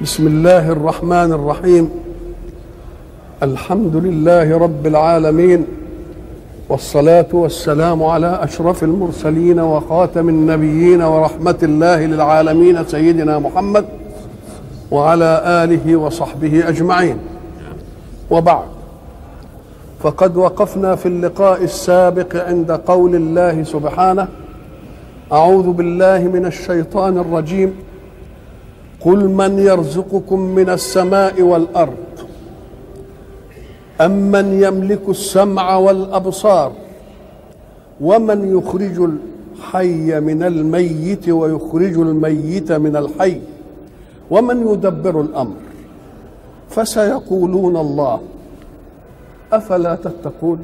بسم الله الرحمن الرحيم. الحمد لله رب العالمين، والصلاة والسلام على أشرف المرسلين وخاتم النبيين ورحمة الله للعالمين سيدنا محمد وعلى آله وصحبه أجمعين. وبعد، فقد وقفنا في اللقاء السابق عند قول الله سبحانه: أعوذ بالله من الشيطان الرجيم، قل من يرزقكم من السماء والأرض أمن يملك السمع والأبصار ومن يخرج الحي من الميت ويخرج الميت من الحي ومن يدبر الأمر فسيقولون الله أفلا تتقون.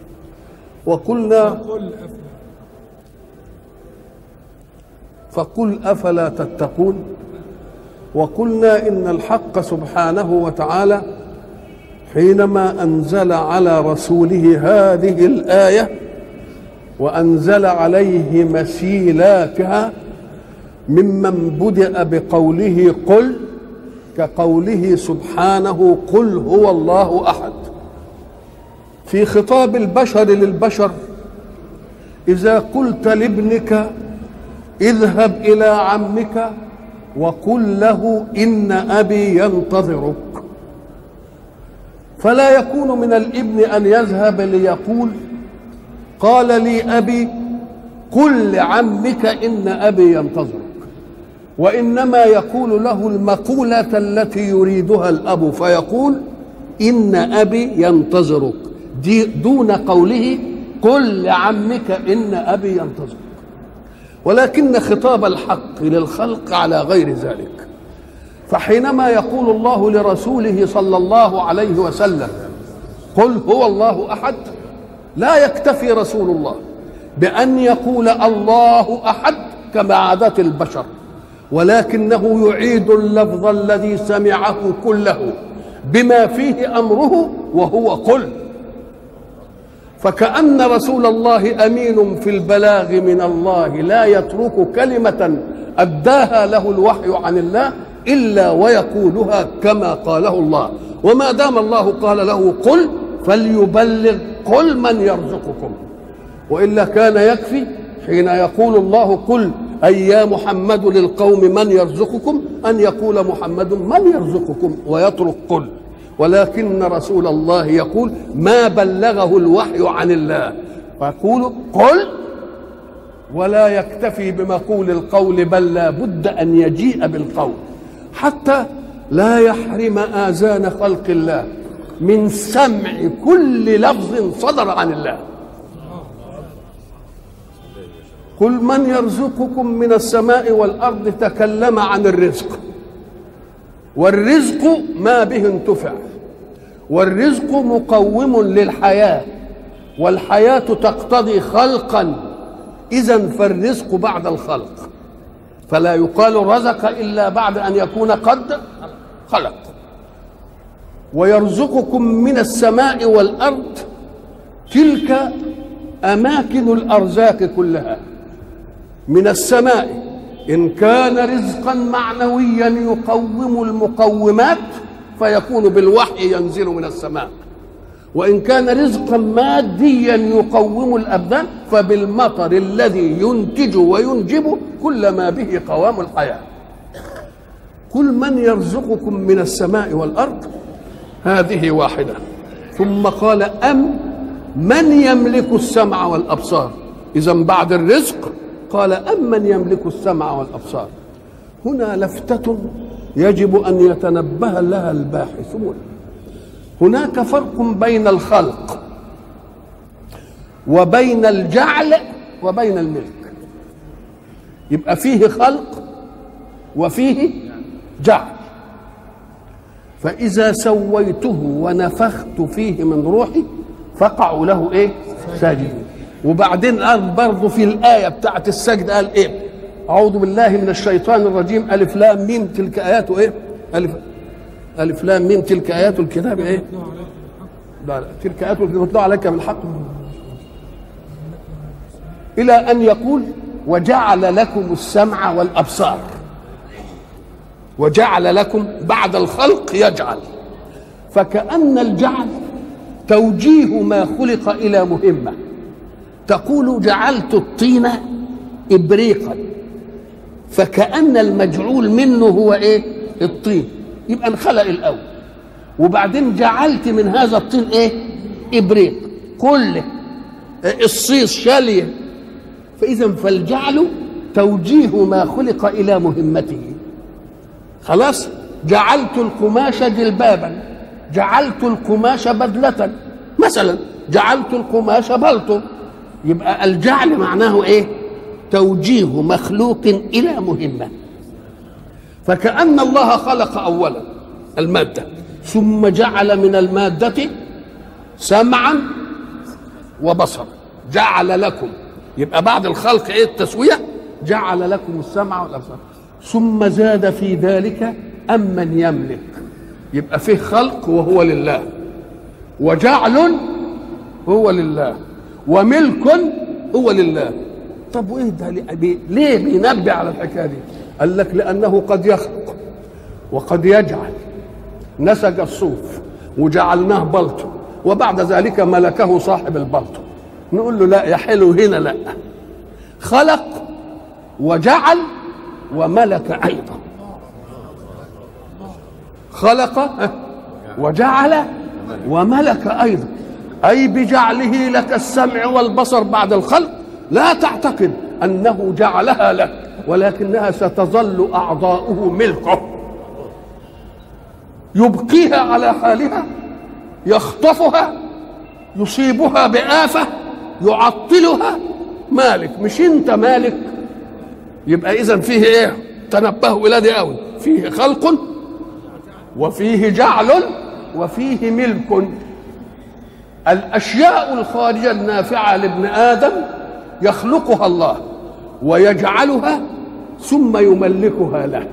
وقلنا فقل أفلا تتقون. وقلنا إن الحق سبحانه وتعالى حينما أنزل على رسوله هذه الآية وأنزل عليه مثيلاتها ممن بدأ بقوله قل، كقوله سبحانه قل هو الله أحد. في خطاب البشر للبشر، إذا قلت لابنك اذهب إلى عمك وقل له إن أبي ينتظرك، فلا يكون من الابن أن يذهب ليقول قال لي أبي قل لعمك إن أبي ينتظرك، وإنما يقول له المقولة التي يريدها الأب، فيقول إن أبي ينتظرك دون قوله قل لعمك إن أبي ينتظرك. ولكن خطاب الحق للخلق على غير ذلك، فحينما يقول الله لرسوله صلى الله عليه وسلم قل هو الله أحد، لا يكتفي رسول الله بأن يقول الله أحد كما عادة البشر، ولكنه يعيد اللفظ الذي سمعه كله بما فيه أمره وهو قل. فكأن رسول الله أمين في البلاغ من الله، لا يترك كلمة أداها له الوحي عن الله إلا ويقولها كما قاله الله. وما دام الله قال له قل فليبلغ قل من يرزقكم، وإلا كان يكفي حين يقول الله قل أي يا محمد للقوم من يرزقكم أن يقول محمد من يرزقكم ويترك قل. ولكن رسول الله يقول ما بلغه الوحي عن الله، فيقول قل، ولا يكتفي بمقول القول بل لا بد أن يجيء بالقول، حتى لا يحرم آذان خلق الله من سمع كل لفظ صدر عن الله. قل من يرزقكم من السماء والأرض تكلم عن الرزق، والرزق ما به انتفع، والرزق مقوم للحياة، والحياة تقتضي خلقا، إذن فالرزق بعد الخلق، فلا يقال رزق إلا بعد أن يكون قد خلق. ويرزقكم من السماء والأرض، تلك أماكن الأرزاق كلها. من السماء إن كان رزقا معنويا يقوم المقومات فيكون بالوحي ينزل من السماء، وإن كان رزقا ماديا يقوم الأبدان فبالمطر الذي ينتج وينجب كل ما به قوام الحياة. كل من يرزقكم من السماء والأرض، هذه واحدة. ثم قال أم من يملك السمع والأبصار، إذن بعد الرزق قال أم من يملك السمع والأبصار. هنا لفتة يجب أن يتنبه لها الباحثون. هناك فرق بين الخلق وبين الجعل وبين الملك. يبقى فيه خلق وفيه جعل. فإذا سويته ونفخت فيه من روحي فقعوا له إيه؟ ساجدين. وبعدين قال برضه في الآية بتاعت السجد قال إيه؟ أعوذ بالله من الشيطان الرجيم ألف لام ميم تلك آياته إيه؟ ألف لام ميم تلك آيات الكتاب إيه؟ لا تلك آيات الكتاب متلوة عليك بالحق، إلى أن يقول وجعل لكم السمع والأبصار. وجعل لكم بعد الخلق يجعل، فكأن الجعل توجيه ما خلق إلى مهمة. تقول جعلت الطين إبريقا، فكأن المجعول منه هو إيه؟ الطين، يبقى انخلق الأول، وبعدين جعلت من هذا الطين إيه؟ إبريق، كله الصيص شالية. فإذا فالجعل توجيه ما خلق إلى مهمته. خلاص، جعلت القماش جلبابا، جعلت القماش بدلة مثلا، جعلت القماش بلطو. يبقى الجعل معناه ايه؟ توجيه مخلوق الى مهمه. فكأن الله خلق اولا الماده، ثم جعل من الماده سمعا وبصرا، جعل لكم. يبقى بعد الخلق ايه؟ التسويه، جعل لكم السمع والابصار، ثم زاد في ذلك امن يملك. يبقى فيه خلق وهو لله، وجعل هو لله، وملك هو لله. طب وايه ده؟ ليه بينبه على الحكايه دي؟ قال لك لانه قد يخلق وقد يجعل. نسج الصوف وجعلناه بلطو، وبعد ذلك ملكه صاحب البلطو. نقول له لا يا حلو، هنا لا، خلق وجعل وملك ايضا. خلق وجعل وملك ايضا، اي بجعله لك السمع والبصر بعد الخلق لا تعتقد انه جعلها لك، ولكنها ستظل اعضاؤه ملكه، يبقيها على حالها، يخطفها، يصيبها بآفة، يعطلها، مالك، مش انت مالك. يبقى اذا فيه ايه؟ تنبهوا الى دي قوي، فيه خلق وفيه جعل وفيه ملك. الاشياء الخارجه النافعه لابن ادم يخلقها الله ويجعلها ثم يملكها له،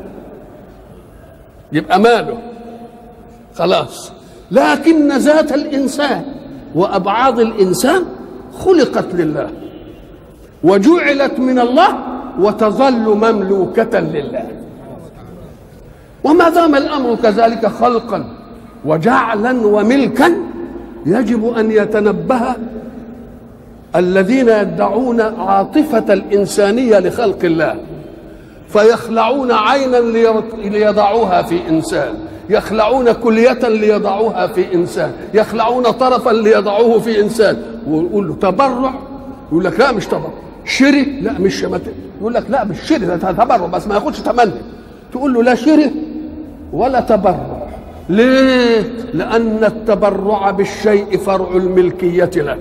يبقى ماله خلاص. لكن ذات الانسان وابعاض الانسان خلقت لله وجعلت من الله وتظل مملوكه لله. وما دام الامر كذلك خلقا وجعلا وملكا، يجب ان يتنبه الذين يدعون عاطفه الانسانيه لخلق الله، فيخلعون عينا ليضعوها في انسان، يخلعون كليه ليضعوها في انسان، يخلعون طرفا ليضعوه في انسان، ويقول له تبرع، يقول لك لا مش تبرع. شري، لا مش شماتة، يقول لك لا مش شري، ده تبرع بس ما ياخدش ثمنه. تقول له لا شري ولا تبرع. ليه؟ لأن التبرع بالشيء فرع الملكية له،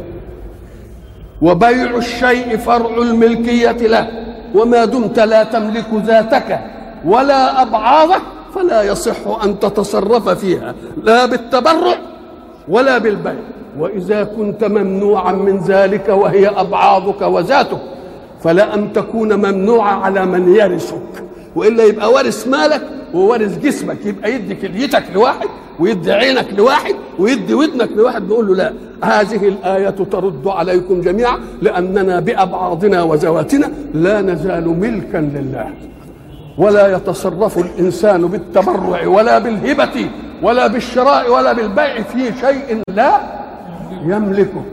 وبيع الشيء فرع الملكية له، وما دمت لا تملك ذاتك ولا أبعاضك فلا يصح أن تتصرف فيها لا بالتبرع ولا بالبيع. وإذا كنت ممنوعا من ذلك وهي أبعاضك وذاتك، فلا أن تكون ممنوعا على من يرثك، وإلا يبقى وارث مالك ووارث جسمك، يبقى يدي كليتك لواحد ويدي عينك لواحد ويدي ودنك لواحد. نقول له لا، هذه الآية ترد عليكم جميعا، لأننا بأبعاضنا وذواتنا لا نزال ملكا لله، ولا يتصرف الإنسان بالتبرع ولا بالهبة ولا بالشراء ولا بالبيع في شيء لا يملكه.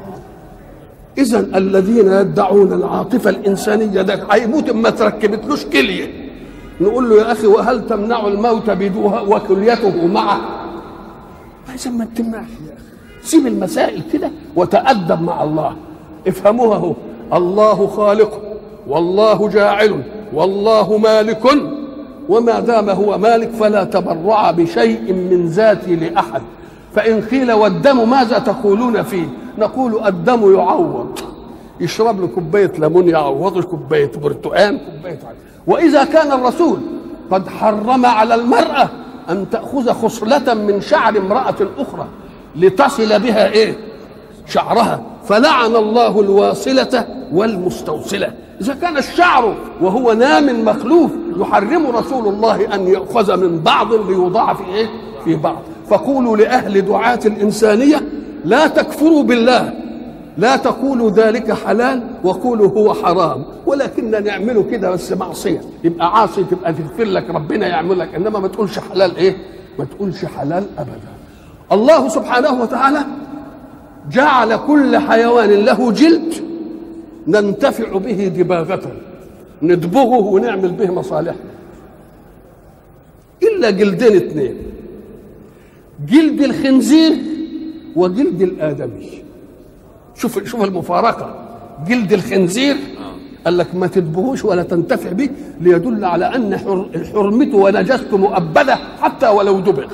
إذن الذين يدعون العاطفة الإنسانية ده هيموت ما تركبتلوش كلية، نقول له يا أخي وهل تمنع الموت بدوها وكليته معه؟ إذا ما تمنعش يا أخي، سيب المسائل كده وتأدب مع الله. افهموها هو، الله خالق والله جاعل والله مالك، وما دام هو مالك فلا تبرع بشيء من ذاتي لأحد. فإن قيل والدم ماذا تقولون فيه؟ نقول الدم يعوض، يشرب له كوباية ليمون يعوض كوباية برتقال كوباية عسل. وإذا كان الرسول قد حرم على المرأة أن تأخذ خصلة من شعر امرأة أخرى لتصل بها إيه؟ شعرها، فلعن الله الواصلة والمستوصلة. إذا كان الشعر وهو نام مخلوف يحرم رسول الله أن يأخذ من بعض ليوضع في إيه؟ في بعض. فقولوا لأهل دعاة الإنسانية لا تكفروا بالله لا تقولوا ذلك حلال وقولوا هو حرام، ولكننا نعمله كده بس معصيه، يبقى عاصي تبقى تغفر لك ربنا يعمل لك، انما ما تقولش حلال ايه؟ ما تقولش حلال ابدا. الله سبحانه وتعالى جعل كل حيوان له جلد ننتفع به دباغة، ندبغه ونعمل به مصالحنا، إلا جلدين اثنين، جلد الخنزير وجلد الآدمي. شوف المفارقة، جلد الخنزير قال لك ما تدبغوش ولا تنتفع به، ليدل على أن حرمته ونجاسته مؤبدة حتى ولو دبغ.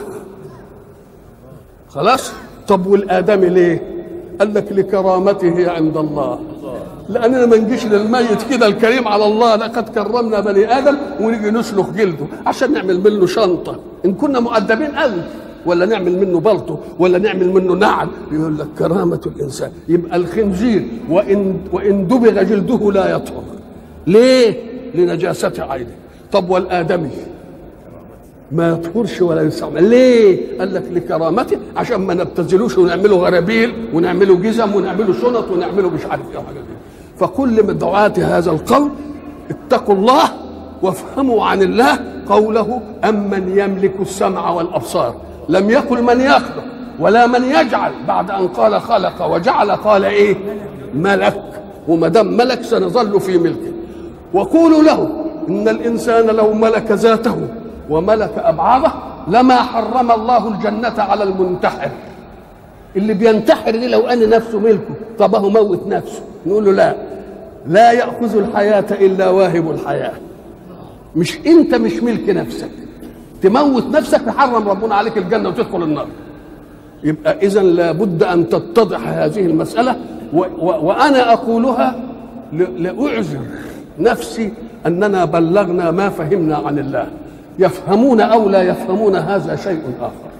خلاص؟ طب والآدمي ليه؟ قال لك لكرامته عند الله، لأننا ما نجيش للميت كده الكريم على الله، لقد كرمنا بني آدم ونيجي نسلخ جلده عشان نعمل منه شنطة إن كنا مؤدبين قوي، ولا نعمل منه بلطو، ولا نعمل منه نعل. يقول لك كرامة الإنسان. يبقى الخنزير وإن دبغ جلده لا يطهر، ليه؟ لنجاسة عينه. طب والآدمي ما يطهرش ولا يستعمل، ليه؟ قال لك لكرامته، عشان ما نبتذلوش ونعمله غرابيل ونعمله جزم ونعمله شنط ونعمله مش عارف ايه وحاجات دي. فكل من دعاة هذا القول اتقوا الله وافهموا عن الله قوله أمن يملك السمع والأبصار، لم يقل من يخلق ولا من يجعل، بعد أن قال خلق وجعل قال ايه؟ ملك. وما دام ملك سنظل في ملكه. وقولوا له إن الإنسان لو ملك ذاته وملك أبعاضه لما حرم الله الجنة على المنتحر. اللي بينتحر دي لو أن نفسه ملكه، طب هو موت نفسه، نقول له لا يأخذ الحياة إلا واهب الحياة. مش أنت مش ملك نفسك، تموت نفسك يحرم ربنا عليك الجنة وتدخل النار. يبقى إذن لابد أن تتضح هذه المسألة، وأنا أقولها لأعذر نفسي أننا بلغنا ما فهمنا عن الله. يفهمون أو لا يفهمون هذا شيء آخر.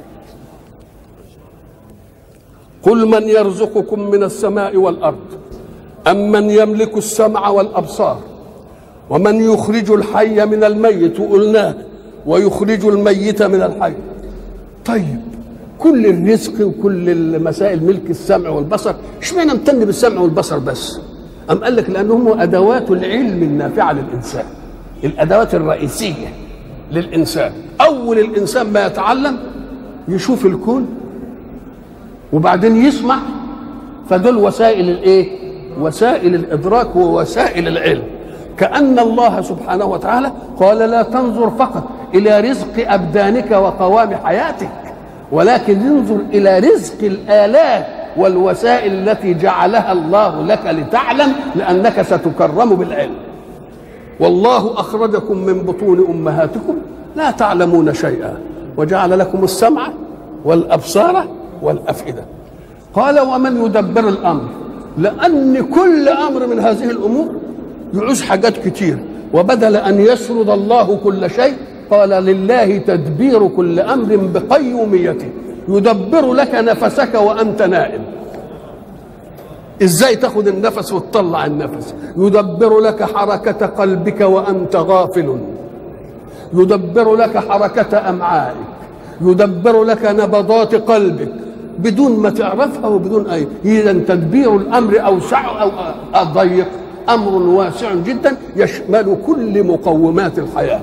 قل من يرزقكم من السماء والأرض أم من يملك السمع والأبصار ومن يخرج الحي من الميت، وقلناه ويخرج الميت من الحي. طيب كل الرزق وكل المسائل ملك السمع والبصر، اشمعنى امتن بالسمع والبصر بس؟ أم قال لك لأنهم أدوات العلم النافعة للإنسان، الأدوات الرئيسية للإنسان. أول الإنسان ما يتعلم يشوف الكون وبعدين يسمع، فدول وسائل الإيه؟ وسائل الإدراك ووسائل العلم. كأن الله سبحانه وتعالى قال لا تنظر فقط إلى رزق أبدانك وقوام حياتك، ولكن انظر إلى رزق الآلات والوسائل التي جعلها الله لك لتعلم، لأنك ستكرم بالعلم. والله أخرجكم من بطون أمهاتكم لا تعلمون شيئا وجعل لكم السمع والأبصار والأفئدة. قال ومن يدبر الأمر، لأن كل أمر من هذه الأمور يعوز حاجات كتير، وبدل أن يسرد الله كل شيء قال لله تدبير كل أمر بقيوميته. يدبر لك نفسك وأنت نائم، ازاي تاخد النفس وتطلع النفس. يدبر لك حركة قلبك وأنت غافل، يدبر لك حركة أمعائك، يدبر لك نبضات قلبك بدون ما تعرفها وبدون أي. إذا تدبير الأمر أوسع أو أضيق، أمر واسع جدا يشمل كل مقومات الحياة.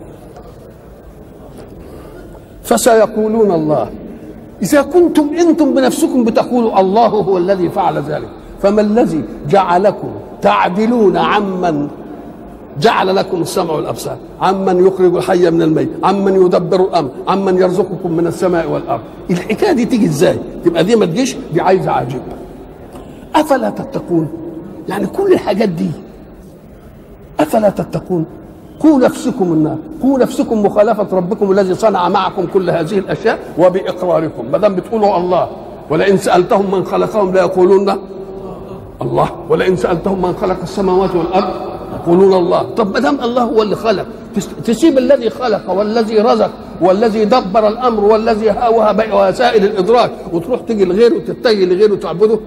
فسيقولون الله. إذا كنتم أنتم بنفسكم بتقولوا الله هو الذي فعل ذلك، فما الذي جعلكم تعدلون عمن جعل لكم السمع والأبصار، عمن يخرج الحي من الميت، عمن يدبر الأمر، عمن يرزقكم من السماء والأرض؟ الحكاية دي تيجي إزاي؟ تبقى دي ما تجيش، دي عايزة عجيب. أفلا تتقون؟ يعني كل الحاجات دي أفلا تتقون؟ قوا نفسكم النار، قوا نفسكم مخالفة ربكم الذي صنع معكم كل هذه الأشياء وبإقراركم. ما دام بتقولوا الله، ولئن سألتهم من خلقهم ليقولون الله، ولئن سألتهم من خلق السماوات والأرض يقولون الله. طب ما دام الله هو اللي خلق، تسيب الذي خلق والذي رزق والذي دبر الأمر والذي وهب وسائل الإدراك وتروح تجي لغيره وتتجه لغيره وتعبده؟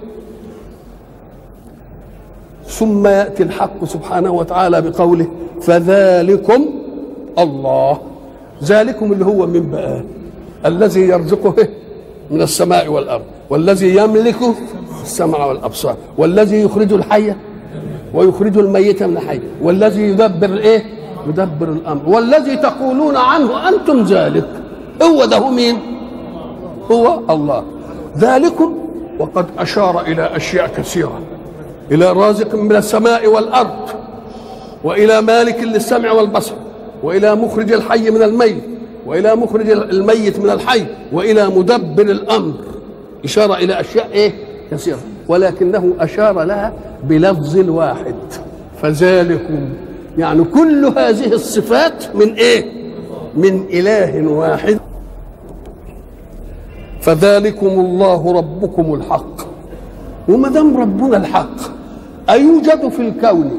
ثم يأتي الحق سبحانه وتعالى بقوله فذلكم الله. ذلكم اللي هو من بقى الذي يرزقه من السماء والأرض والذي يملك السمع والابصار، والذي يخرج الحي ويخرج الميت من الحي، والذي يدبر ايه؟ يدبر الامر، والذي تقولون عنه انتم ذلك. هو ده مين؟ هو الله. ذلكم وقد اشار الى اشياء كثيره، الى رازق من السماء والارض، والى مالك للسمع والبصر، والى مخرج الحي من الميت، والى مخرج الميت من الحي، والى مدبر الامر. اشاره الى اشياء ايه؟ كثيره، ولكنه اشار لها بلفظ واحد، فذلكم، يعني كل هذه الصفات من ايه؟ من اله واحد. فذلكم الله ربكم الحق. وما دام ربنا الحق، ايوجد في الكون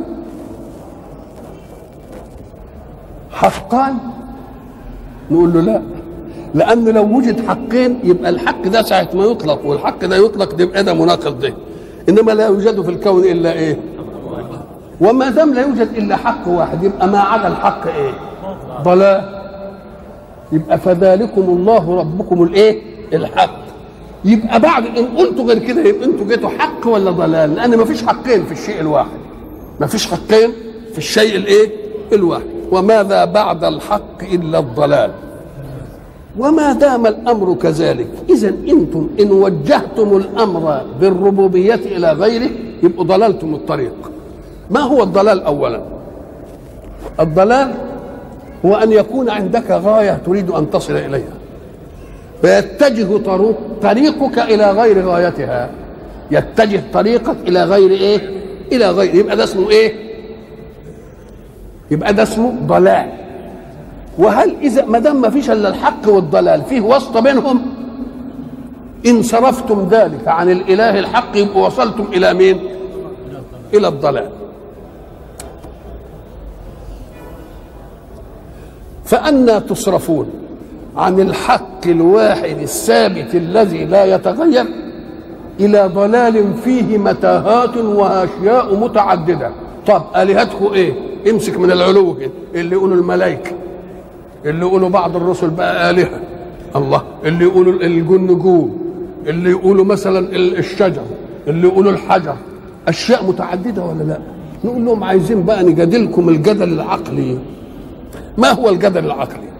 حقان؟ نقول له لا، لأن لو وجد حقين يبقى الحق ده ساعة ما يطلق والحق ده يطلق يبقى ده مناقض ده. إنما لا يوجد في الكون إلا إيه؟ وما دام لا يوجد إلا حق واحد يبقى ما عدا الحق إيه؟ ضلال. يبقى فذلكم الله ربكم الإيه؟ الحق. يبقى بعد إن قلتوا غير كده يبقى أنتوا جيتوا حق ولا ضلال؟ لأن ما فيش حقين في الشيء الواحد. ما فيش حقين في الشيء الإيه؟ الواحد. وماذا بعد الحق إلا الضلال. وما دام الأمر كذلك، إذا أنتم إن وجهتم الأمر بالربوبية إلى غيره يبقوا ضللتم الطريق. ما هو الضلال أولا؟ الضلال هو أن يكون عندك غاية تريد أن تصل إليها فيتجه طريقك إلى غير غايتها، يتجه طريقك إلى غير إيه؟ إلى غير، يبقى ده اسمه إيه؟ يبقى ده اسمه ضلال. وهل إذا ما دام ما فيش إلا الحق والضلال فيه واسطة بينهم؟ إن صرفتم ذلك عن الإله الحق يبقوا وصلتم إلى مين؟ إلى الضلال. فأنا تصرفون عن الحق الواحد الثابت الذي لا يتغير إلى ضلال فيه متاهات وأشياء متعددة. طب آلهتكم إيه؟ امسك من العلو كده، اللي يقولوا الملائكة، اللي يقولوا بعض الرسل بقى آلهة الله، اللي يقولوا النجوم، اللي يقولوا مثلا الشجر، اللي يقولوا الحجر، أشياء متعددة ولا لا؟ نقول لهم عايزين بقى نجادلكم الجدل العقلي. ما هو الجدل العقلي؟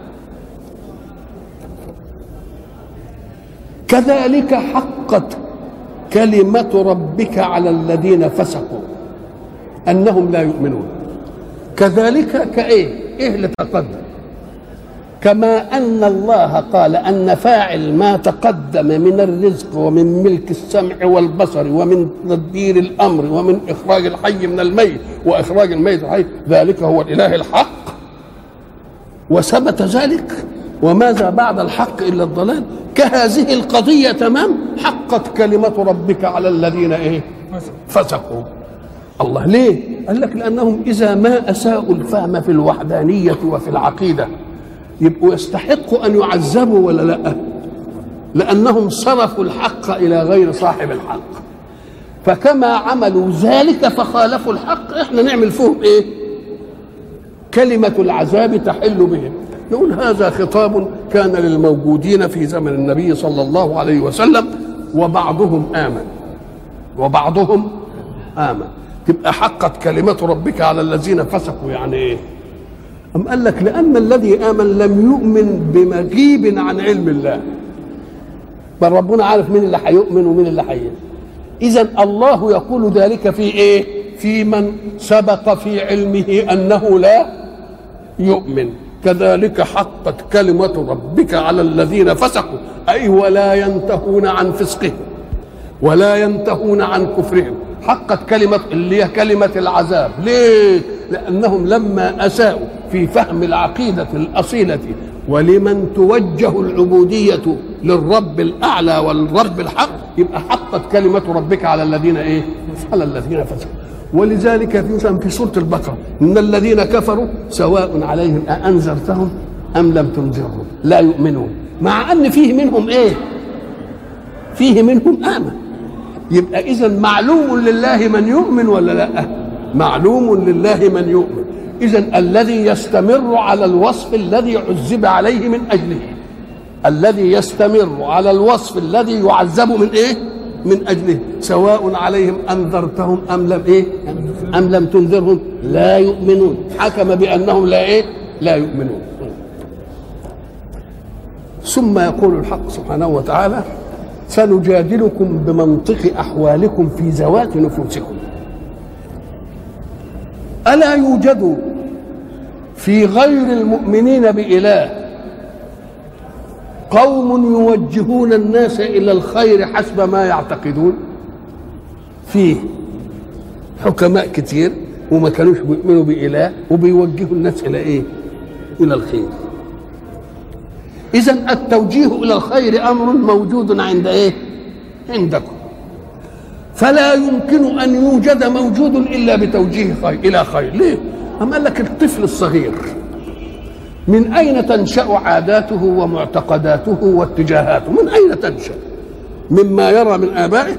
كذلك حقت كلمة ربك على الذين فسقوا أنهم لا يؤمنون. كذلك كإيه؟ إيه اللي تقدم؟ كما أن الله قال أن فاعل ما تقدم من الرزق ومن ملك السمع والبصر ومن تدبير الأمر ومن إخراج الحي من الميت وإخراج الميت الحي ذلك هو الإله الحق، وثبت ذلك. وماذا بعد الحق إلا الضلال؟ كهذه القضية تمام حقت كلمة ربك على الذين إيه؟ فسقوا. الله ليه؟ قال لك لأنهم إذا ما أساءوا الفهم في الوحدانية وفي العقيدة يبقوا يستحقوا أن يعذبوا ولا لا؟ لأنهم صرفوا الحق إلى غير صاحب الحق. فكما عملوا ذلك فخالفوا الحق، احنا نعمل فيهم ايه؟ كلمة العذاب تحل بهم. نقول هذا خطاب كان للموجودين في زمن النبي صلى الله عليه وسلم، وبعضهم آمن. تبقى حقت كلمة ربك على الذين فسقوا يعني ايه؟ أم قال لك لأن الذي آمن لم يؤمن بمغيب عن علم الله، بل ربنا عارف مين اللي هيؤمن ومين اللي هيؤمن. إذن الله يقول ذلك في إيه؟ في من سبق في علمه أنه لا يؤمن. كذلك حقت كلمة ربك على الذين فسقوا، أي ولا ينتهون عن فسقهم ولا ينتهون عن كفرهم. حقت كلمة اللي هي كلمة العذاب. ليه؟ لأنهم لما أساءوا في فهم العقيدة الأصيلة ولمن توجه العبودية للرب الأعلى والرب الحق، يبقى حقت كلمة ربك على الذين إيه؟ على الذين فسقوا. ولذلك في سورة البقرة إن الذين كفروا سواء عليهم أأنذرتهم أم لم تنذرهم لا يؤمنون، مع أن فيه منهم إيه؟ فيه منهم آمن. يبقى إذن معلوم لله من يؤمن ولا لا؟ معلوم لله من يؤمن. إذن الذي يستمر على الوصف الذي عذب عليه من أجله، الذي يستمر على الوصف الذي يعذب من إيه؟ من أجله سواء عليهم أنذرتهم أم لم أم لم تنذرهم لا يؤمنون. حكم بأنهم لا يؤمنون. ثم يقول الحق سبحانه وتعالى سنجادلكم بمنطق أحوالكم في ذوات نفوسكم. ألا يوجد في غير المؤمنين بإله قوم يوجهون الناس إلى الخير حسب ما يعتقدون؟ فيه حكماء كتير وما كانوش بيؤمنوا بإله وبيوجهوا الناس إلى إلى الخير. إذن التوجيه إلى الخير أمر موجود عند عندكم، فلا يمكن أن يوجد موجود إلا بتوجيه خير إلى خير. ليه؟ أما قال لك الطفل الصغير من أين تنشأ عاداته ومعتقداته واتجاهاته؟ من أين تنشأ؟ مما يرى من آبائه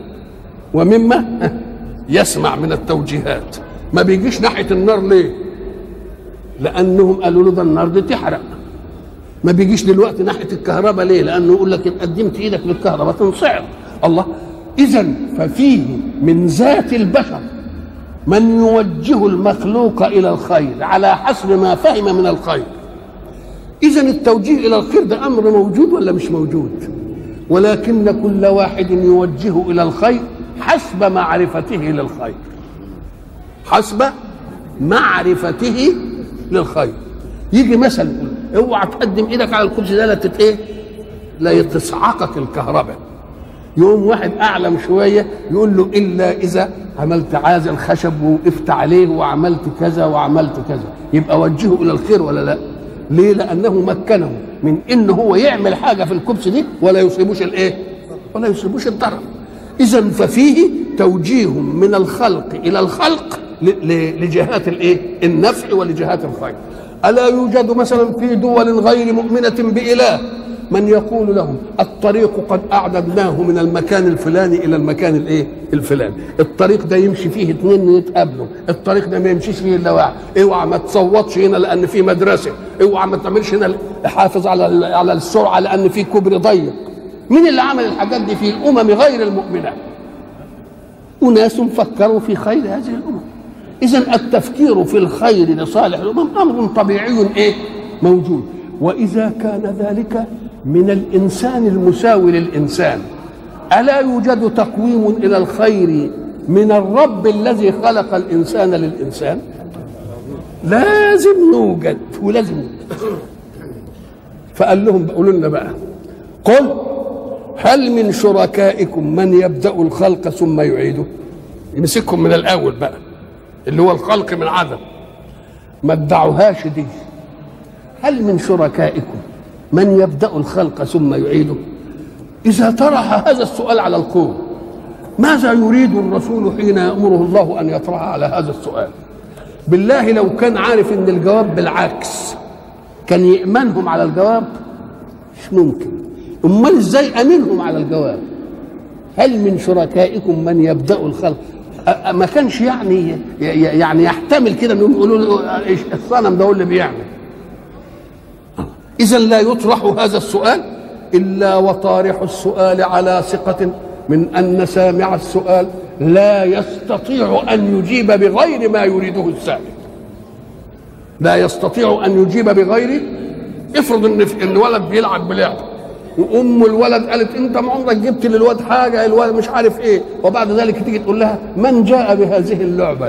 ومما يسمع من التوجيهات. ما بيجيش ناحية النار. ليه؟ لأنهم قالوا له ده النار دي تحرق. ما بيجيش دلوقتي ناحية الكهرباء. ليه؟ لأنه يقول لك إن قدمت إيدك للكهرباء تنصعد. الله. إذن ففيه من ذات البشر من يوجه المخلوق إلى الخير على حسب ما فهم من الخير. إذن التوجيه إلى الخير ده أمر موجود ولا مش موجود؟ ولكن كل واحد يوجه إلى الخير حسب معرفته للخير. حسب معرفته للخير. يجي مثلا اوعى تقدم ايدك على الكرسي ده لا تصعقك الكهرباء. يقوم واحد اعلم شويه يقول له الا اذا عملت عازل خشب ووقفت عليه وعملت كذا وعملت كذا. يبقى وجهه الى الخير ولا لا؟ ليه؟ لانه مكنه من انه هو يعمل حاجه في الكبس دي ولا يصيبوش ولا يصيبوش الضرر. اذا ففيه توجيه من الخلق الى الخلق لجهات النفع ولجهات الخير. الا يوجد مثلا في دول غير مؤمنه باله من يقول لهم الطريق قد أعددناه من المكان الفلاني إلى المكان الفلاني، الطريق ده يمشي فيه اثنين يتقابلوا، الطريق ده ما يمشيش فيه إلا واحد، اوعى ما تصوتش هنا لأن في مدرسة، اوعى ما تعملش هنا حافظ على السرعة لأن في كوبري ضيق. مين اللي عمل الحاجات دي في الأمم غير المؤمنة؟ وناس فكروا في خير هذه الأمم. إذن التفكير في الخير لصالح الأمم أمر طبيعي موجود. وإذا كان ذلك من الإنسان المساوي للإنسان، ألا يوجد تقويم إلى الخير من الرب الذي خلق الإنسان للإنسان؟ لازم يوجد ولازم يوجد. فقال لهم قولوا لنا بقى قل هل من شركائكم من يبدأ الخلق ثم يعيده؟ يمسكهم من الأول بقى اللي هو الخلق من عدم، ما ادعوهاش دي. هل من شركائكم من يبدأ الخلق ثم يعيده؟ إذا طرح هذا السؤال على القوم ماذا يريد الرسول حين يأمره الله أن يطرح على هذا السؤال؟ بالله لو كان عارف إن الجواب بالعكس كان يأمنهم على الجواب؟ مش ممكن. أمال إزاي أمنهم على الجواب؟ هل من شركائكم من يبدأ الخلق؟ ما كانش يعني يحتمل كده إنهم يقولوا له الصنم ده هو اللي بيعمل. إذن لا يطرح هذا السؤال إلا وطارح السؤال على ثقة من أن سامع السؤال لا يستطيع أن يجيب بغير ما يريده السائل. لا يستطيع أن يجيب بغير. افرض إن ولد بيلعب بلعبة وأم الولد قالت أنت ما عمرك جبت للولد حاجة، الولد مش عارف إيه، وبعد ذلك تيجي تقول لها من جاء بهذه اللعبة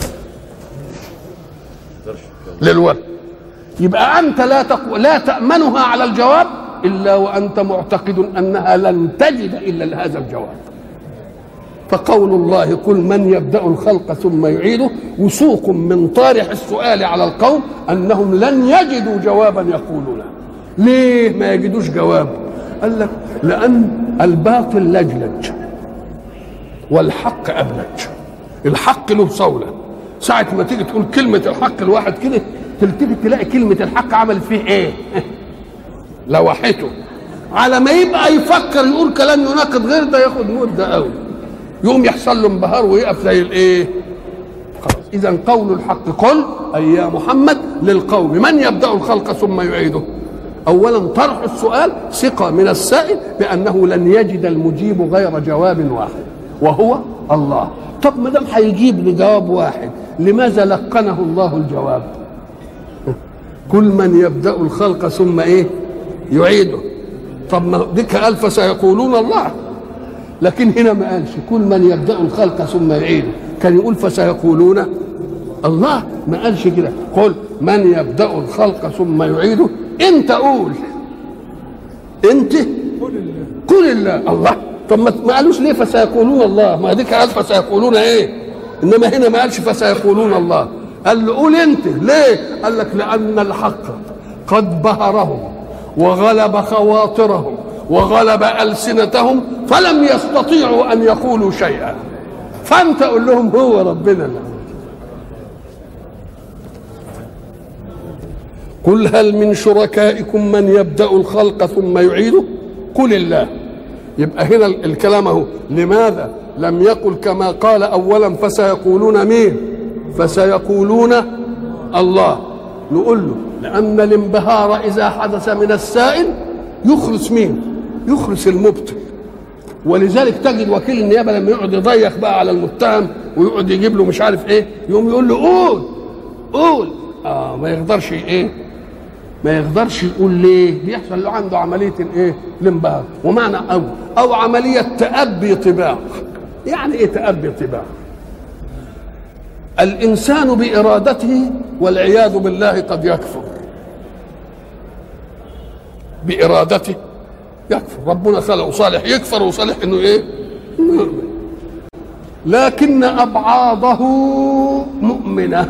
للولد؟ يبقى أنت لا تأمنها على الجواب إلا وأنت معتقد أنها لن تجد إلا هذا الجواب. فقول الله قل من يبدأ الخلق ثم يعيده وسوق من طارح السؤال على القوم أنهم لن يجدوا جوابا يقولونه. ليه ما يجدوش جواب؟ قال لك لأن الباطل لجلج والحق أبلج. الحق له صولة، ساعة ما تيجي تقول كلمة الحق الواحد كده تلتفت تلاقي كلمة الحق عملت فيه ايه؟ لوحته. على ما يبقى يفكر يقول كلام يناقض غير ده ياخد مدة قوي، يقوم يحصل له انبهار ويقف زي الايه؟ خلاص. إذا قول الحق قل أي يا محمد للقوم من يبدأ الخلق ثم يعيده؟ اولا طرح السؤال ثقه من السائل بانه لن يجد المجيب غير جواب واحد وهو الله. طب ما دام هيجيب لجواب واحد لماذا لقنه الله الجواب؟ كل من يبدا الخلق ثم ايه يعيده. طب ما ديك قال فسيقولون الله، لكن هنا ما قالش كل من يبدا الخلق ثم يعيده، كان يقول فسيقولون الله، ما قالش كده. قل من يبدا الخلق ثم يعيده، انت قول، انت قل الله. الله، طب ما قالوش ليه فسيقولون الله؟ ما ديك قال فسيقولون ايه، انما هنا ما قالش فسيقولون الله، قال له قول انت. ليه؟ قال لك لان الحق قد بهرهم وغلب خواطرهم وغلب ألسنتهم فلم يستطيعوا أن يقولوا شيئا، فأنت قل لهم هو ربنا. قل هل من شركائكم من يبدأ الخلق ثم يعيده؟ قل الله. يبقى هنا الكلام اهو. لماذا لم يقل كما قال أولا فسيقولون مين؟ فسيقولون الله. نقول له لأن الانبهار إذا حدث من السائل يخلص مين؟ يخلص المبطل. ولذلك تجد وكيل النيابة لما يقعد يضيق بقى على المتهم ويقعد يجيب له مش عارف ايه، يقوم يقول له قول قول. ما يقدرش ايه؟ ما يقدرش يقول. ليه؟ بيحصل له عنده عملية الايه؟ الانبهار. ومعنى أو عملية تأبي طباع. يعني ايه تأبي طباع؟ الإنسان بإرادته والعياذ بالله قد يكفر بإرادته، يكفر. ربنا خلقه صالح يكفر وصالح انه ايه؟ لكن أبعاضه مؤمنة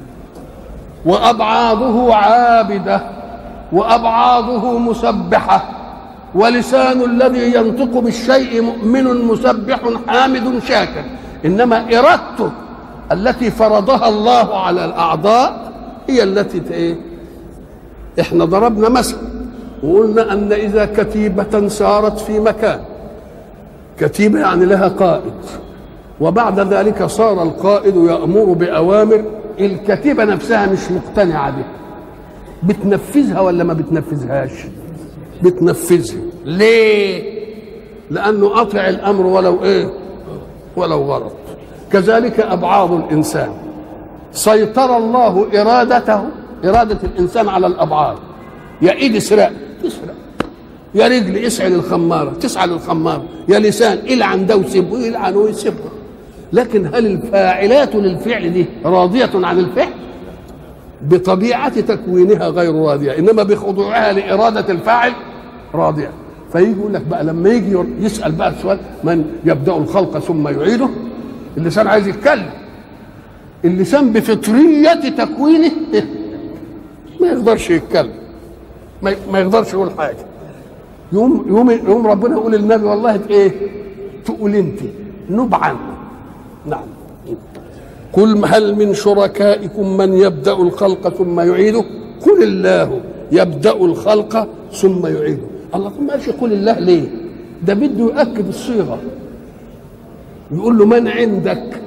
وأبعاضه عابدة وأبعاضه مسبحة، ولسان الذي ينطق بالشيء مؤمن مسبح حامد شاكر. إنما إرادته التي فرضها الله على الأعضاء هي التي ايه؟ احنا ضربنا مثل وقلنا أن إذا كتيبة سارت في مكان، كتيبة يعني لها قائد، وبعد ذلك صار القائد يأمر بأوامر الكتيبة نفسها مش مقتنعة بها، بتنفذها ولا ما بتنفذهاش؟ بتنفذها. ليه؟ لأنه أطع الأمر ولو إيه؟ ولو غلط. كذلك أبعاض الإنسان، سيطر الله إرادة الإنسان على الأبعاض. يا إيد اسرق تسرق، يا رجل اسعل الخمارة تسعل الخمارة، يا لسان إلعن ده وسيبه يلعن ويسيبه. لكن هل الفاعلات للفعل دي راضية عن الفعل؟ بطبيعة تكوينها غير راضية، إنما بخضوعها لإرادة الفاعل راضية. فيجي يقول لك بقى لما يجي يسأل بقى السؤال من يبدأ الخلق ثم يعيده، اللسان عايز يتكلم، اللسان بفطرية تكوينه ما يقدرش يتكلم، ما يقدرش يقول حاجة. يوم ربنا يقول للنبي والله ايه؟ تقول انت نب عنه. نعم. قل هل من شركائكم من يبدأ الخلق ثم يعيده؟ قل الله يبدأ الخلق ثم يعيده. الله ما قالش قل الله ليه؟ ده بده يؤكد الصيغة، يقول له من عندك؟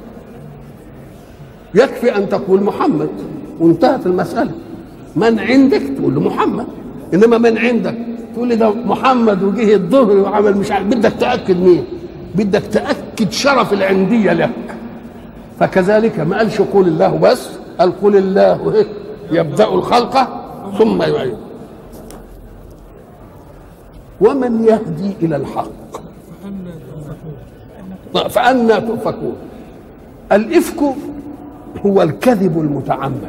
يكفي أن تقول محمد وانتهت المسألة. من عندك تقول له محمد، إنما من عندك تقول لي ده محمد وجه الظهر وعمل مش عارف. بدك تأكد مين؟ بدك تأكد شرف العندية لك. فكذلك ما قالش قول الله بس، قال قل الله يبدأ الخلق ثم يعيده. ومن يهدي إلى الحق فأنى تؤفكون. الإفك هو الكذب المتعمد،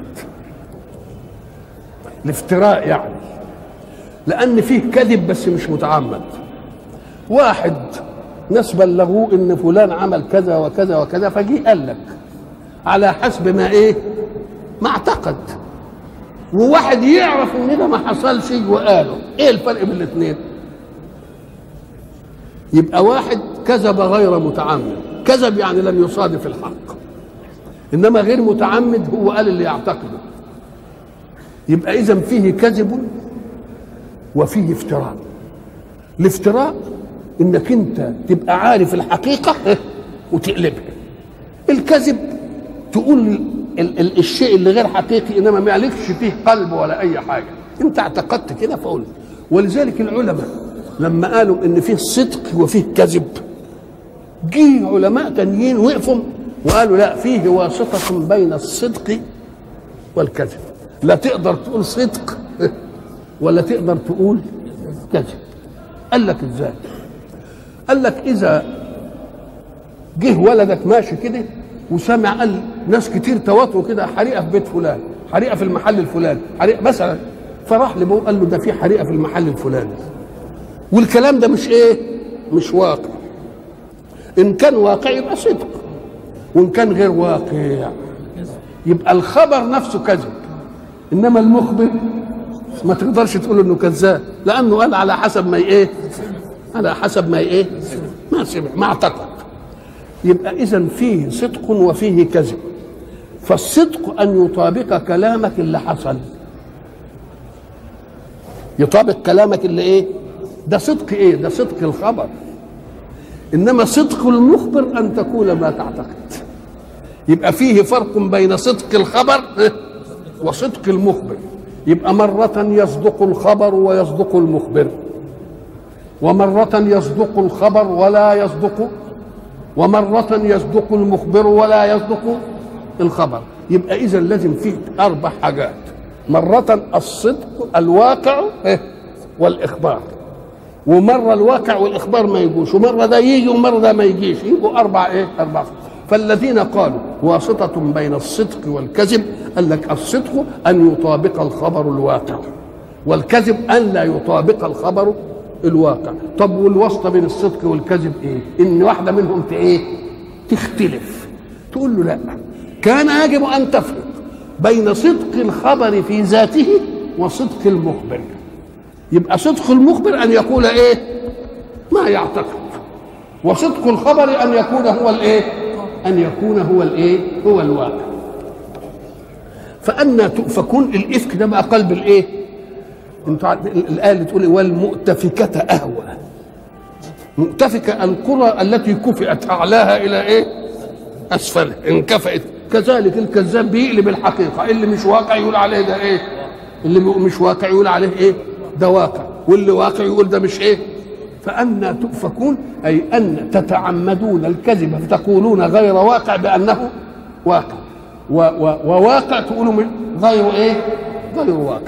الافتراء يعني، لأن فيه كذب بس مش متعمد. واحد ناس بلغوه إن فلان عمل كذا وكذا وكذا، فجي قال لك على حسب ما إيه؟ ما اعتقد. وواحد يعرف إن ده ما حصلش وقاله. إيه الفرق بين الاثنين؟ يبقى واحد كذب غير متعمد، كذب يعني لم يصادف الحق، إنما غير متعمد هو قال اللي يعتقده. يبقى إذن فيه كذب وفيه افتراء. الافتراء إنك أنت تبقى عارف الحقيقة وتقلبها. الكذب تقول الشيء اللي غير حقيقي إنما ما يعلقش فيه قلب ولا أي حاجة، انت اعتقدت كده فقلت. ولذلك العلماء لما قالوا ان فيه صدق وفيه كذب، جه علماء تانيين وقفوا وقالوا لا، فيه واسطة بين الصدق والكذب، لا تقدر تقول صدق ولا تقدر تقول كذب. قال لك ازاي؟ قال لك اذا جه ولدك ماشي كده وسمع قال ناس كتير تواتروا كده، حريقه في بيت فلان، حريقه في المحل الفلاني، حريقه مثلا، فراح لابوه قال له ده في حريقه في المحل الفلاني، والكلام ده مش ايه؟ مش واقع. ان كان واقع يبقى صدق، وان كان غير واقع يبقى الخبر نفسه كذب. انما المخبر ما تقدرش تقول انه كذاب، لانه قال على حسب ما ايه؟ على حسب ما ايه؟ ما سمع، ما اعتقد. يبقى اذا فيه صدق وفيه كذب. فالصدق ان يطابق كلامك اللي حصل، يطابق كلامك اللي ايه؟ ده صدق ايه؟ ده صدق الخبر. انما صدق المخبر ان تقول ما تعتقد. يبقى فيه فرق بين صدق الخبر وصدق المخبر. يبقى مرة يصدق الخبر ويصدق المخبر، ومرة يصدق الخبر ولا يصدق، ومرة يصدق المخبر ولا يصدق الخبر. يبقى إذا لازم فيه 4 حاجات: مرة الصدق الواقع والإخبار، ومرة الواقع والإخبار ما يجوش، ومرة ده يجي ومرة ده ما يجيش، يبقوا 4 ايه؟ 4. فالذين قالوا واسطة بين الصدق والكذب، قال لك الصدق أن يطابق الخبر الواقع، والكذب أن لا يطابق الخبر الواقع. طب والواسطة بين الصدق والكذب ايه؟ ان واحدة منهم ايه؟ تختلف. تقول له لا، كان يجب ان تفرق بين صدق الخبر في ذاته وصدق المخبر. يبقى صدق المخبر ان يقول ايه؟ ما يعتقد، وصدق الخبر ان يكون هو الايه؟ ان يكون هو الايه؟ هو الواقع. فأنا تؤفكون. الافك ده بقى قلب الايه؟ انتوا الآية اللي تقول والمؤتفكة أهوى. مؤتفكة القرى التي كفئت أعلاها إلى إيه؟ أسفلها، انكفئت. كذلك الكذاب بيقلب الحقيقة، اللي مش واقع يقول عليه ده إيه؟ اللي مش واقع يقول عليه إيه؟ ده واقع، واللي واقع يقول ده مش إيه؟ فأنا تؤفكون، أي أن تتعمدون الكذب فتقولون غير واقع بأنه واقع، وواقع تقولوا غير إيه؟ غير واقع.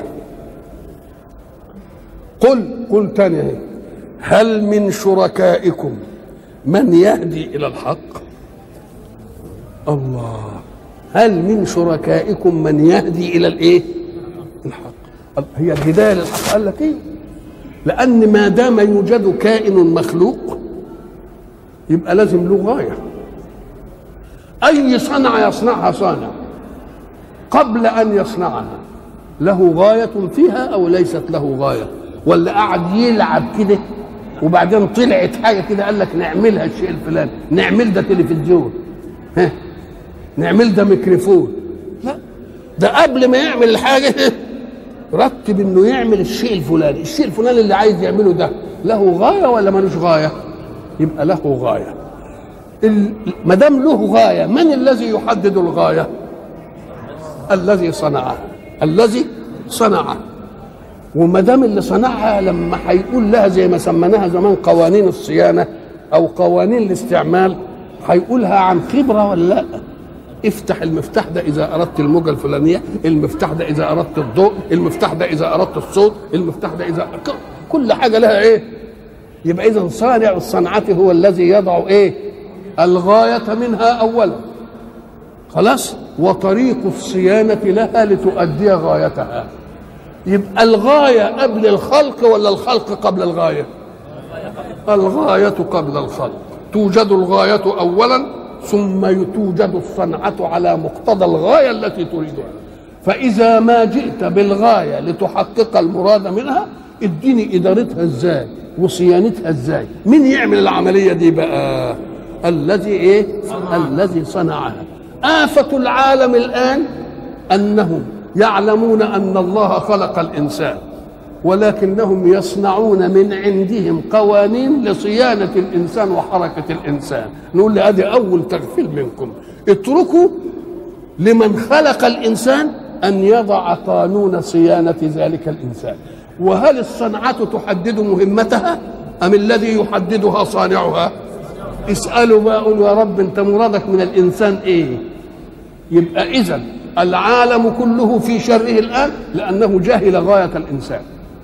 قل تاني اهي: هل من شركائكم من يهدي الى الحق؟ الله، هل من شركائكم من يهدي الى الايه؟ الحق. هي الهدايه للحق. قال لك ايه؟ لان ما دام يوجد كائن مخلوق يبقى لازم له غايه. اي صنعه يصنعها صانع قبل ان يصنعها له غايه فيها او ليست له غايه؟ ولا قعد يلعب كده وبعدين طلعت حاجه كده قال لك نعملها الشيء الفلاني، نعمل ده تلفزيون، نعمل ده ميكروفون؟ لا، ده قبل ما يعمل الحاجه رتب انه يعمل الشيء الفلاني. الشيء الفلاني اللي عايز يعمله ده له غايه ولا ملوش غايه؟ يبقى له غايه. ما دام له غايه، من الذي يحدد الغايه؟ الذي صنعها، الذي صنعها. وما دام اللي صنعها لما هيقول لها زي ما سميناها زمان قوانين الصيانه او قوانين الاستعمال، هيقولها عن خبره ولا لا؟ افتح المفتاح ده اذا اردت الموجه الفلانيه، المفتاح ده اذا اردت الضوء، المفتاح ده اذا اردت الصوت، المفتاح ده اذا كل حاجه لها ايه؟ يبقى اذا صانع الصنعه هو الذي يضع ايه؟ الغايه منها اولا، خلاص، وطريق الصيانه لها لتؤدي غايتها. يبقى الغاية قبل الخلق ولا الخلق قبل الغاية؟ الغاية قبل الخلق. توجد الغاية أولا ثم توجد الصنعة على مقتضى الغاية التي تريدها. فإذا ما جئت بالغاية لتحقق المراد منها، اديني إدارتها ازاي وصيانتها ازاي. مين يعمل العملية دي بقى؟ الذي ايه؟ الذي صنعها. آفة العالم الآن أنهم يعلمون أن الله خلق الإنسان، ولكنهم يصنعون من عندهم قوانين لصيانة الإنسان وحركة الإنسان. نقول له أدي أول تغفيل منكم، اتركوا لمن خلق الإنسان أن يضع قانون صيانة ذلك الإنسان. وهل الصنعة تحدد مهمتها أم الذي يحددها صانعها؟ اسألوا بقى، قولوا يا رب أنت مرادك من الإنسان إيه؟ يبقى إذن العالم كله في شره الآن لأنه جهل غاية الإنسان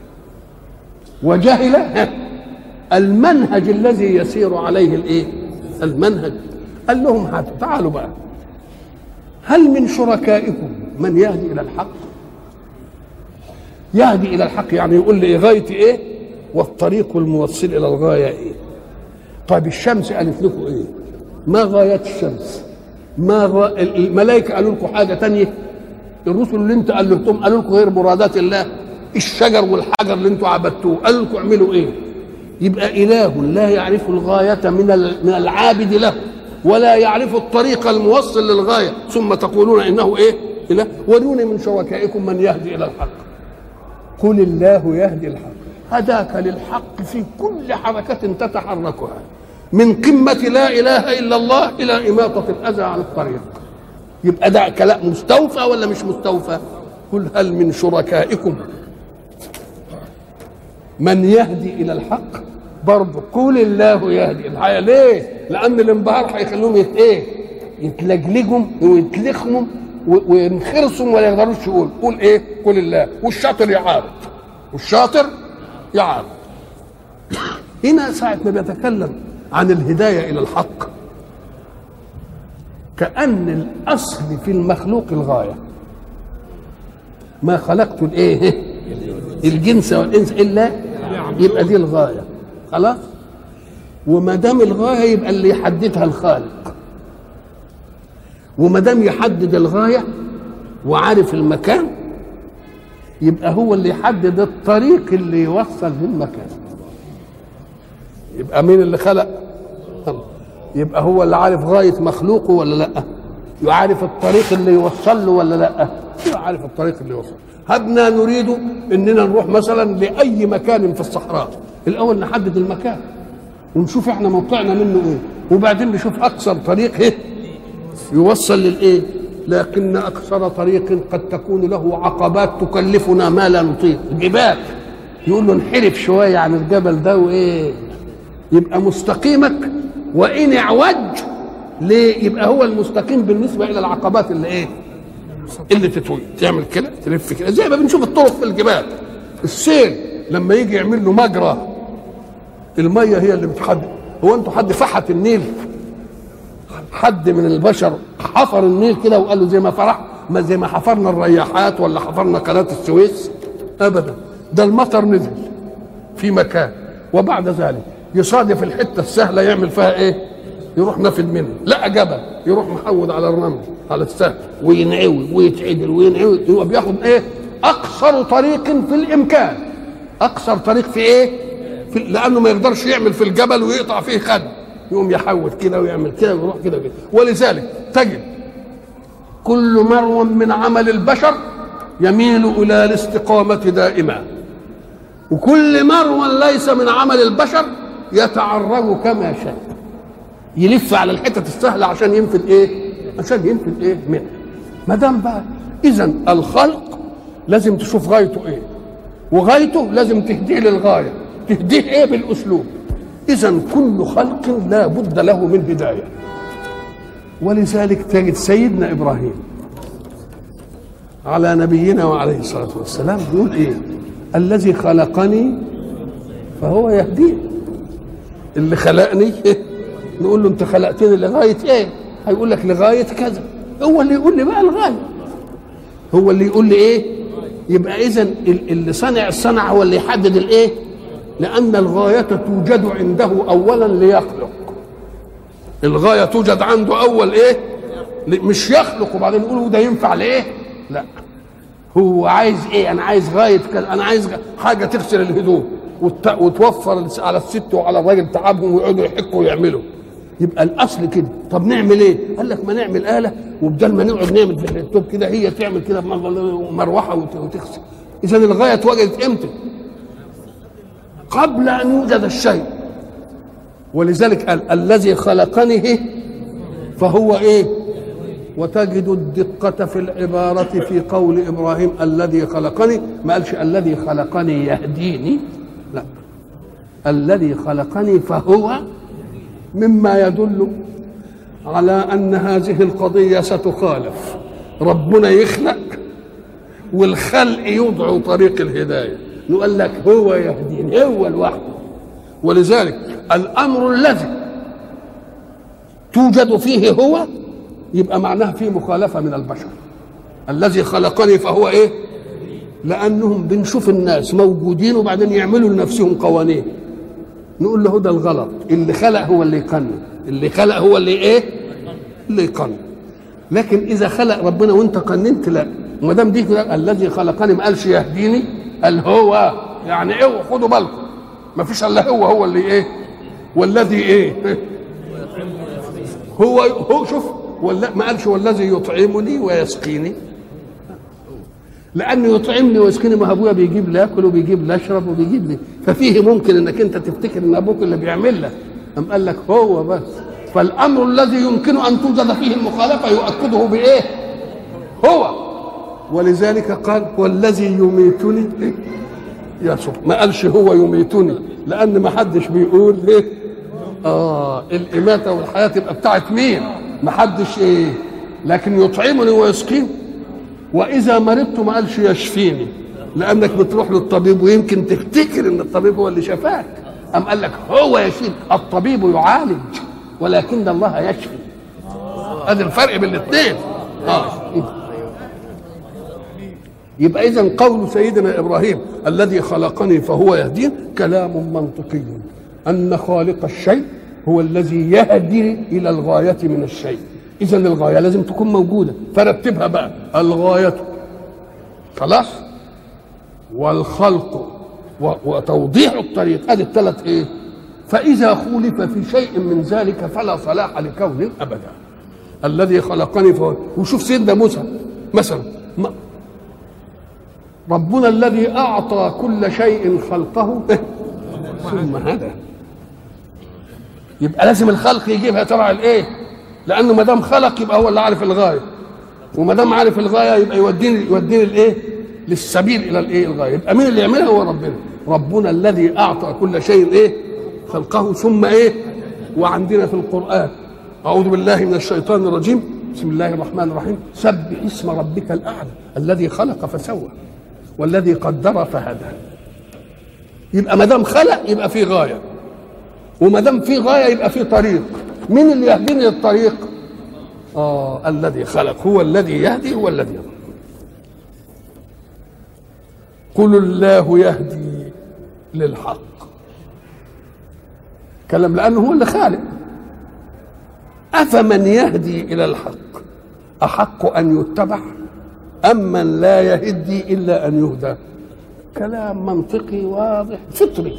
وجهل المنهج الذي يسير عليه الإيه؟ المنهج. قال لهم تعالوا بقى، هل من شركائكم من يهدي إلى الحق؟ يهدي إلى الحق يعني يقول لي غايتي إيه والطريق الموصل إلى الغاية إيه. طيب الشمس قالت لكم إيه؟ ما غاية الشمس؟ الملائكة قالوا لكم حاجة تانية؟ الرسل اللي انت قالوا لكم غير مرادات الله؟ الشجر والحجر اللي انتوا عبدتوه قالوا لكم اعملوا ايه؟ يبقى إله لا يعرف الغاية من العابد له ولا يعرف الطريق الموصل للغاية ثم تقولون إنه إيه؟ إله. وروني من شركائكم من يهدي إلى الحق. قل الله يهدي الحق. هداك للحق في كل حركة تتحركها من قمة لا إله إلا الله إلى إماطة الأذى عن الطريق. يبقى ده كلام مستوفى ولا مش مستوفى؟ قل هل من شركائكم من يهدي إلى الحق؟ برضه قول الله يهدي الحياة. ليه؟ لأن الانبهار هيخليهم يتلجلجوا ويتلخموا وينخرصوا ولا يقدروش يقول. قول إيه؟ قول الله. والشاطر يعارض، والشاطر يعارض. هنا ساعة ما بيتكلم عن الهداية إلى الحق كأن الأصل في المخلوق الغاية. ما خلقت الإيه؟ الجنس والإنس إلا يبقى دي الغاية. خلاص؟ وما دام الغاية يبقى اللي يحددها الخالق، وما دام يحدد الغاية وعارف المكان يبقى هو اللي يحدد الطريق اللي يوصل للمكان. يبقى مين اللي خلق؟ يبقى هو اللي عارف غاية مخلوقه ولا لا؟ يعرف الطريق اللي يوصل له ولا لا؟ يعرف الطريق اللي يوصل. هبنا نريد اننا نروح مثلا لاي مكان في الصحراء، الاول نحدد المكان ونشوف احنا موقعنا منه ايه، وبعدين نشوف اقصر طريق ايه يوصل للايه. لكن اقصر طريق قد تكون له عقبات تكلفنا ما لا نطيق. الجبال يقول له انحرف شويه عن الجبل ده وايه، يبقى مستقيمك وان اعوج ليه؟ يبقى هو المستقيم بالنسبه الى العقبات اللي ايه؟ اللي تعمل كده تلف كده زي ما بنشوف الطرق في الجبال. السيل لما يجي يعمل له مجرى الميه هي اللي بتحدد. هو انتوا حد فحت النيل؟ حد من البشر حفر النيل كده وقال له زي ما حفرنا الرياحات ولا حفرنا قناه السويس؟ ابدا. ده المطر نزل في مكان وبعد ذلك يصادف الحته السهله يعمل فيها ايه؟ يروح نافد منه. لقى جبل يروح محود على الرمل على السهل وينعوي ويتعدل وينعوي. يبقى بياخد ايه؟ اقصر طريق في الامكان. اقصر طريق في ايه؟ لانه ما يقدرش يعمل في الجبل ويقطع فيه خد، يقوم يحود كده ويعمل كده ويروح كده وكده. ولذلك تجد كل مرو من عمل البشر يميل الى الاستقامه دائما، وكل مرو ليس من عمل البشر يتعرج كما شاء، يلف على الحتة السهلة عشان ينفذ ايه؟ عشان ينفذ ايه منها. ما دام بقى اذا الخلق لازم تشوف غايته ايه، وغايته لازم تهديه للغاية. تهديه ايه؟ بالاسلوب. اذا كل خلق لا بد له من هداية. ولذلك تجد سيدنا ابراهيم على نبينا وعليه الصلاة والسلام يقول ايه؟ الذي خلقني فهو يهديه. اللي خلقني نقول له انت خلقتني لغايه ايه؟ هيقول لك لغايه كذا. هو اللي يقول لي بقى الغايه، هو اللي يقول لي ايه. يبقى اذا اللي صنع الصنع هو اللي يحدد الايه، لان الغايه توجد عنده اولا ليخلق. الغايه توجد عنده اول ايه؟ مش يخلق وبعدين يقول ده ينفع لايه. لا، هو عايز ايه؟ انا عايز غايه كذا، انا عايز حاجه تغسل الهدوم وتوفر على الست وعلى الراجل تعبهم ويقعدوا يحكوا ويعملوا. يبقى الاصل كده. طب نعمل ايه؟ قال لك ما نعمل آلة، وبدل ما نقعد نعمل في اللابتوب كده هي تعمل كده مروحه وتغسل. اذا الغايه اتوجدت امتى؟ قبل ان يوجد الشيء. ولذلك قال الذي خلقني فهو ايه؟ وتجد الدقة في العبارة في قول إبراهيم الذي خلقني، ما قالش الذي خلقني يهديني، لا، الذي خلقني فهو، مما يدل على أن هذه القضية ستخالف. ربنا يخلق والخلق يوضع طريق الهداية، نقول لك هو يهديني، هو لوحده. ولذلك الأمر الذي توجد فيه هو يبقى معناه فيه مخالفة من البشر. الذي خلقني فهو ايه؟ لأنهم بنشوف الناس موجودين وبعدين يعملوا لنفسهم قوانين، نقول له ده الغلط. اللي خلق هو اللي يقنن، اللي خلق هو اللي ايه؟ اللي يقنن. لكن إذا خلق ربنا وأنت قننت، لا، ما دام دي كده الذي خلقني ما قالش يهديني، قال هو. يعني ايه؟ خدوا بالكم، ما فيش الا هو اللي ايه؟ والذي ايه؟ هو شوف، ولا ما قالش والذي يطعمني ويسقيني، لأنه يطعمني ويسقيني، ما ابويا بيجيب لي اكل وبيجيب لي اشرب وبيجيب لي، ففيه ممكن انك انت تفتكر ان ابوك اللي بيعمل لك، أم قال لك هو بس. فالامر الذي يمكن ان توجد فيه المخالفه يؤكده بايه؟ هو. ولذلك قال والذي يميتني يسوع، ما قالش هو يميتني، لان ما حدش بيقول ايه؟ الاماته والحياه تبقى بتاعت مين؟ ما حدش ايه. لكن يطعمني ويسقيني، واذا مرضت ما قالش يشفيني، لانك بتروح للطبيب ويمكن تفتكر ان الطبيب هو اللي شفاك، ام قال لك هو يشفي. الطبيب يعالج ولكن الله يشفي. هذا الفرق بين الاثنين. يبقى اذا قول سيدنا ابراهيم الذي خلقني فهو يهدين كلام منطقي، ان خالق الشيء هو الذي يهدي الى الغايه من الشيء. اذا الغايه لازم تكون موجوده، فرتبها بقى: الغايه خلاص، والخلق، وتوضيح الطريق. ادي الثلاث ايه؟ فاذا خولف في شيء من ذلك فلا صلاح لكون ابدا. الذي خلقني فهو. وشوف سيدنا موسى مثلا، ربنا الذي اعطى كل شيء خلقه ثم هدى. يبقى لازم الخلق يجيبها تبع الايه؟ لانه ما دام خلق يبقى هو اللي عارف الغايه، وما دام عارف الغايه يبقى يوديني الايه؟ للسبيل الى الايه؟ الغايه. يبقى مين اللي يعملها؟ هو ربنا. ربنا الذي اعطى كل شيء ايه؟ خلقه ثم ايه؟ وعندنا في القران اعوذ بالله من الشيطان الرجيم، بسم الله الرحمن الرحيم: سبح اسم ربك الاعلى الذي خلق فسوى والذي قدر فهدى. يبقى ما دام خلق يبقى في غايه، وما دام في غايه يبقى في طريق. مين اللي يهديني للطريق؟ الذي خلق هو الذي يهدي، هو الذي يهدي. قل الله يهدي للحق. كلام لانه هو اللي خالق. افمن يهدي الى الحق احق ان يتبع ام من لا يهدي الا ان يهدى؟ كلام منطقي واضح فطري.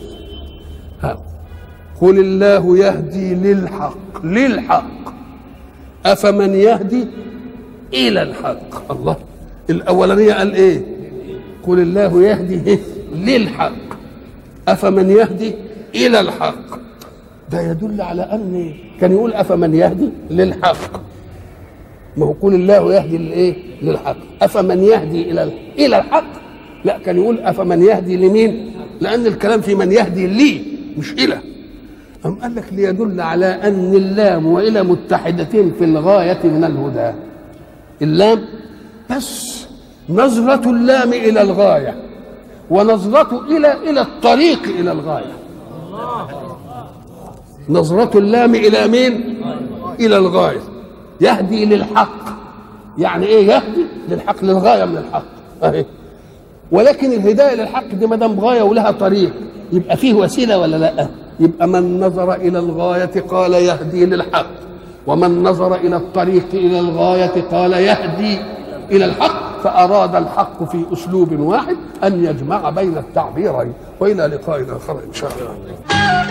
قل الله يهدي للحق افمن يهدي الى الحق. الله، الاولانيه قال ايه؟ قل الله يهدي للحق افمن يهدي الى الحق. ده يدل على ان كان يقول افمن يهدي للحق، ما هو قل الله يهدي للايه؟ للحق. افمن يهدي الى الحق، لا، كان يقول افمن يهدي لمين؟ لان الكلام في من يهدي لي مش الى. أم قال لك ليدل على ان اللام والى متحدتين في الغايه من الهدى. اللام بس نظرة اللام الى الغايه، ونظرة الى الطريق الى الغايه. نظرة اللام الى مين؟ الى الغايه. يهدي للحق، يعني ايه؟ يهدي للحق، للغايه من الحق اهي. ولكن الهدايه للحق دي ما دام غايه ولها طريق يبقى فيه وسيله ولا لا؟ يبقى من نظر الى الغايه قال يهدي للحق، ومن نظر الى الطريق الى الغايه قال يهدي الى الحق. فاراد الحق في اسلوب واحد ان يجمع بين التعبيرين. والى لقاء اخر ان شاء الله.